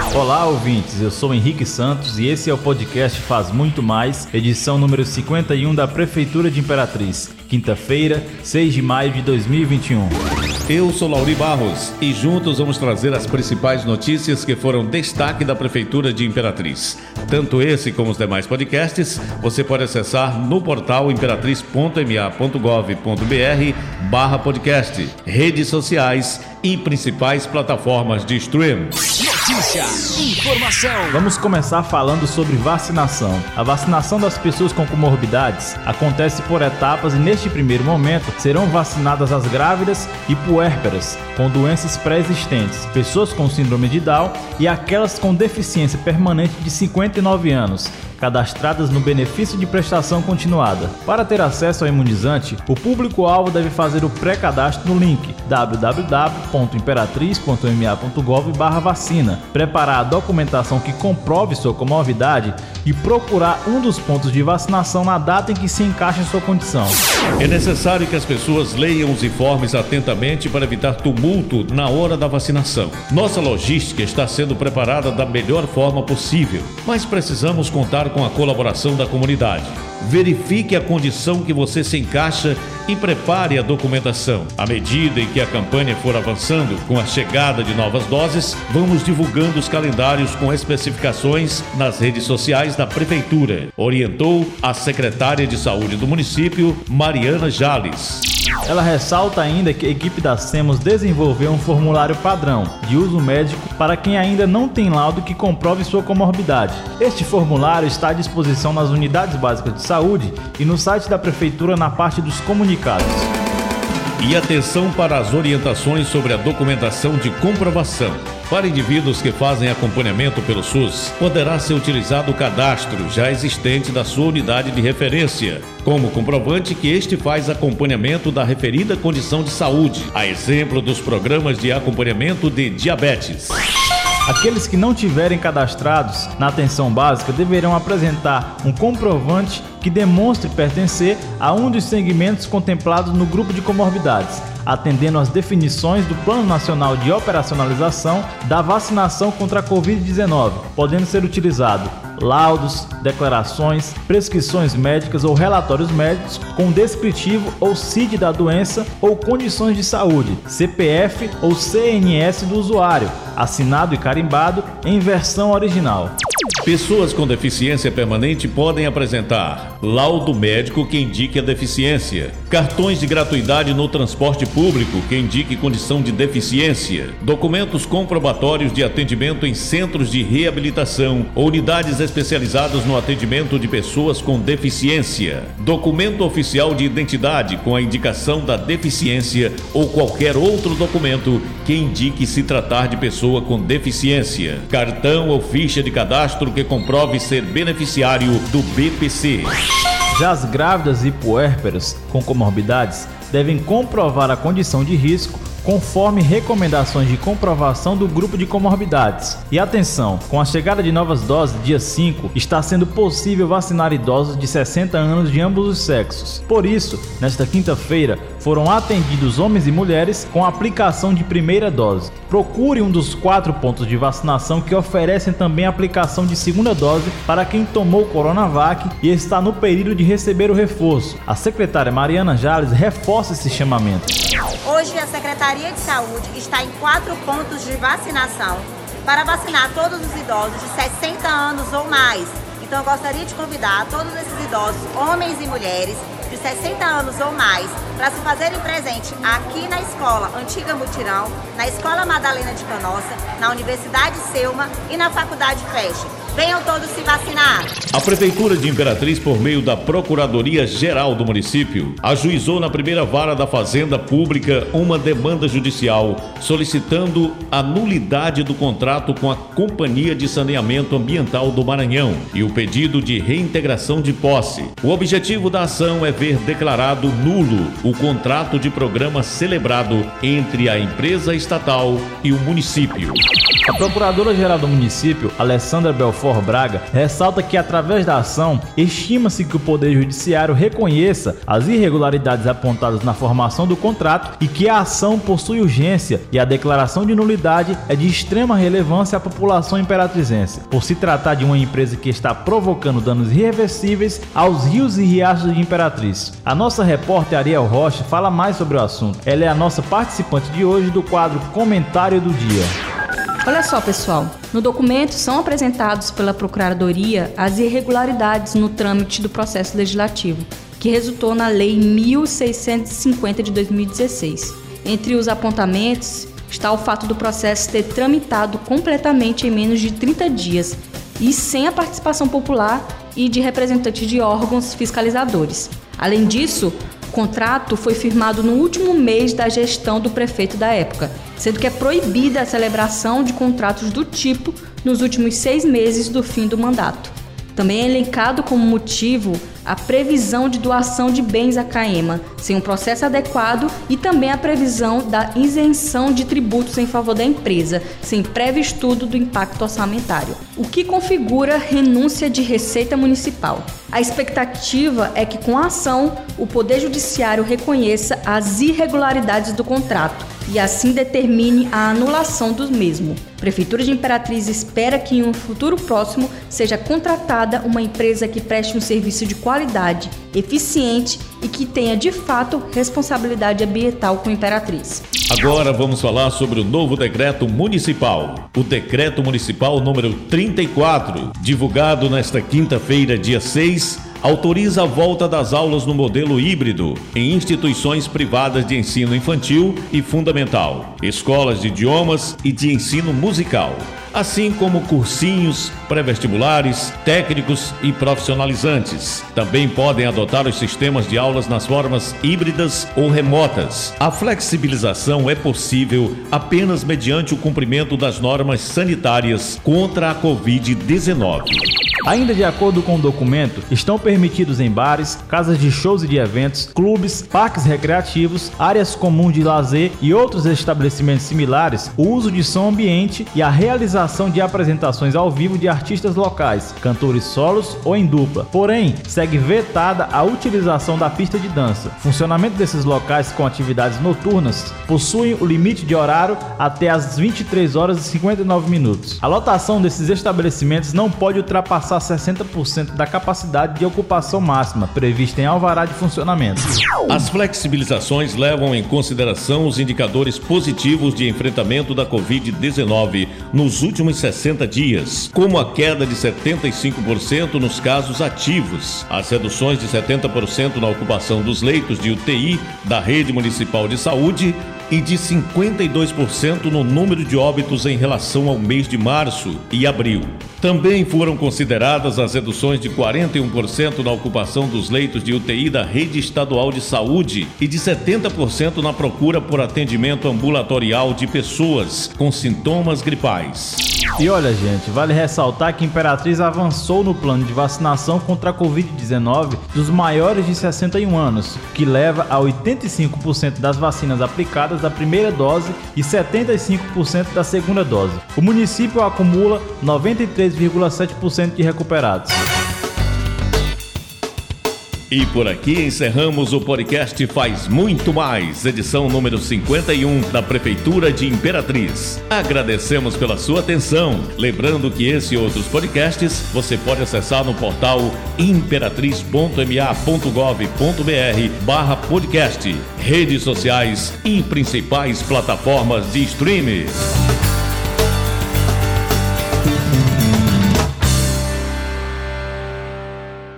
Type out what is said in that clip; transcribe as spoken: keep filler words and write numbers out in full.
Olá, ouvintes, eu sou Henrique Santos e esse é o podcast Faz Muito Mais, edição número cinquenta e um da Prefeitura de Imperatriz, quinta-feira, seis de maio de dois mil e vinte e um. Eu sou Lauri Barros e juntos vamos trazer as principais notícias que foram destaque da Prefeitura de Imperatriz. Tanto esse como os demais podcasts, você pode acessar no portal imperatriz ponto m a ponto gov ponto b r barra podcast, redes sociais e principais plataformas de stream. Notícia, informação. Vamos começar falando sobre vacinação. A vacinação das pessoas com comorbidades acontece por etapas e neste primeiro momento serão vacinadas as grávidas e puérperas com doenças pré-existentes, pessoas com síndrome de Down e aquelas com deficiência permanente de cinquenta e nove anos, cadastradas no benefício de prestação continuada. Para ter acesso ao imunizante, o público-alvo deve fazer o pré-cadastro no link w w w ponto imperatriz ponto m a ponto gov barra vacina, preparar a documentação que comprove sua comorbidade e procurar um dos pontos de vacinação na data em que se encaixa em sua condição. É necessário que as pessoas leiam os informes atentamente para evitar tumulto na hora da vacinação. Nossa logística está sendo preparada da melhor forma possível, mas precisamos contar com a colaboração da comunidade. Verifique a condição que você se encaixa e prepare a documentação. À medida em que a campanha for avançando com a chegada de novas doses, vamos divulgando os calendários com especificações nas redes sociais da Prefeitura, orientou a secretária de Saúde do município, Mariana Jales. Ela ressalta ainda que a equipe da SEMOS desenvolveu um formulário padrão de uso médico para quem ainda não tem laudo que comprove sua comorbidade. Este formulário está à disposição nas unidades básicas de saúde e no site da Prefeitura na parte dos comunicados. E atenção para as orientações sobre a documentação de comprovação. Para indivíduos que fazem acompanhamento pelo SUS, poderá ser utilizado o cadastro já existente da sua unidade de referência, como comprovante que este faz acompanhamento da referida condição de saúde, a exemplo dos programas de acompanhamento de diabetes. Aqueles que não tiverem cadastrados na atenção básica deverão apresentar um comprovante que demonstre pertencer a um dos segmentos contemplados no grupo de comorbidades, atendendo às definições do Plano Nacional de Operacionalização da Vacinação contra a covid dezenove, podendo ser utilizado laudos, declarações, prescrições médicas ou relatórios médicos com descritivo ou C I D da doença ou condições de saúde, C P F ou C N S do usuário, assinado e carimbado em versão original. Pessoas com deficiência permanente podem apresentar laudo médico que indique a deficiência, cartões de gratuidade no transporte público que indique condição de deficiência, documentos comprobatórios de atendimento em centros de reabilitação ou unidades especializadas no atendimento de pessoas com deficiência, documento oficial de identidade com a indicação da deficiência ou qualquer outro documento que indique se tratar de pessoa com deficiência, cartão ou ficha de cadastro que comprove ser beneficiário do B P C. Já as grávidas e puérperas com comorbidades devem comprovar a condição de risco conforme recomendações de comprovação do grupo de comorbidades. E atenção, com a chegada de novas doses dia cinco, está sendo possível vacinar idosos de sessenta anos de ambos os sexos. Por isso, nesta quinta-feira, foram atendidos homens e mulheres com aplicação de primeira dose. Procure um dos quatro pontos de vacinação que oferecem também a aplicação de segunda dose para quem tomou Coronavac e está no período de receber o reforço. A secretária Mariana Jales reforça esse chamamento. Hoje a Secretaria de Saúde está em quatro pontos de vacinação para vacinar todos os idosos de sessenta anos ou mais. Então eu gostaria de convidar todos esses idosos, homens e mulheres, de sessenta anos ou mais, para se fazerem presente aqui na Escola Antiga Mutirão, na Escola Madalena de Canossa, na Universidade Selma e na Faculdade Feche. Venham todos se vacinar! A Prefeitura de Imperatriz, por meio da Procuradoria-Geral do município, ajuizou na primeira vara da Fazenda Pública uma demanda judicial solicitando a nulidade do contrato com a Companhia de Saneamento Ambiental do Maranhão e o pedido de reintegração de posse. O objetivo da ação é ver declarado nulo o o contrato de programa celebrado entre a empresa estatal e o município. A Procuradora-Geral do Município, Alessandra Belfort Braga, ressalta que, através da ação, estima-se que o Poder Judiciário reconheça as irregularidades apontadas na formação do contrato e que a ação possui urgência e a declaração de nulidade é de extrema relevância à população imperatrizense, por se tratar de uma empresa que está provocando danos irreversíveis aos rios e riachos de Imperatriz. A nossa repórter Ariel Rocha fala mais sobre o assunto. Ela é a nossa participante de hoje do quadro Comentário do Dia. Olha só, pessoal, no documento são apresentados pela Procuradoria as irregularidades no trâmite do processo legislativo, que resultou na Lei mil seiscentos e cinquenta de dois mil e dezesseis. Entre os apontamentos está o fato do processo ter tramitado completamente em menos de trinta dias e sem a participação popular e de representantes de órgãos fiscalizadores. Além disso, o contrato foi firmado no último mês da gestão do prefeito da época, sendo que é proibida a celebração de contratos do tipo nos últimos seis meses do fim do mandato. Também é elencado como motivo a previsão de doação de bens à CAEMA, sem um processo adequado, e também a previsão da isenção de tributos em favor da empresa, sem prévio estudo do impacto orçamentário, o que configura renúncia de receita municipal. A expectativa é que, com a ação, o Poder Judiciário reconheça as irregularidades do contrato e assim determine a anulação do mesmo. A Prefeitura de Imperatriz espera que em um futuro próximo seja contratada uma empresa que preste um serviço de qualidade, eficiente e que tenha de fato responsabilidade ambiental com Imperatriz. Agora vamos falar sobre o novo decreto municipal. O decreto municipal número trinta e quatro, divulgado nesta quinta-feira, dia seis, autoriza a volta das aulas no modelo híbrido em instituições privadas de ensino infantil e fundamental, escolas de idiomas e de ensino musical, assim como cursinhos, pré-vestibulares, técnicos e profissionalizantes. Também podem adotar os sistemas de aulas nas formas híbridas ou remotas. A flexibilização é possível apenas mediante o cumprimento das normas sanitárias contra a covid dezenove. Ainda de acordo com o documento, estão permitidos em bares, casas de shows e de eventos, clubes, parques recreativos, áreas comuns de lazer e outros estabelecimentos similares o uso de som ambiente e a realização de apresentações ao vivo de artistas locais, cantores solos ou em dupla. Porém, segue vetada a utilização da pista de dança. O funcionamento desses locais com atividades noturnas possuem o limite de horário até às vinte e três horas e cinquenta e nove minutos. A lotação desses estabelecimentos não pode ultrapassar sessenta por cento da capacidade de ocupação máxima prevista em alvará de funcionamento. As flexibilizações levam em consideração os indicadores positivos de enfrentamento da covid dezenove nos últimos sessenta dias, como a queda de setenta e cinco por cento nos casos ativos, as reduções de setenta por cento na ocupação dos leitos de U T I da rede municipal de saúde e de cinquenta e dois por cento no número de óbitos em relação ao mês de março e abril. Também foram consideradas as reduções de quarenta e um por cento na ocupação dos leitos de U T I da rede estadual de saúde e de setenta por cento na procura por atendimento ambulatorial de pessoas com sintomas gripais. E olha, gente, vale ressaltar que Imperatriz avançou no plano de vacinação contra a covid dezenove dos maiores de sessenta e um anos, que leva a oitenta e cinco por cento das vacinas aplicadas da primeira dose e setenta e cinco por cento da segunda dose. O município acumula noventa e três vírgula sete por cento de recuperados. E por aqui encerramos o podcast Faz Muito Mais, edição número cinquenta e um da Prefeitura de Imperatriz. Agradecemos pela sua atenção. Lembrando que esse e outros podcasts você pode acessar no portal imperatriz ponto m a ponto gov ponto b r barra podcast, redes sociais e principais plataformas de streaming.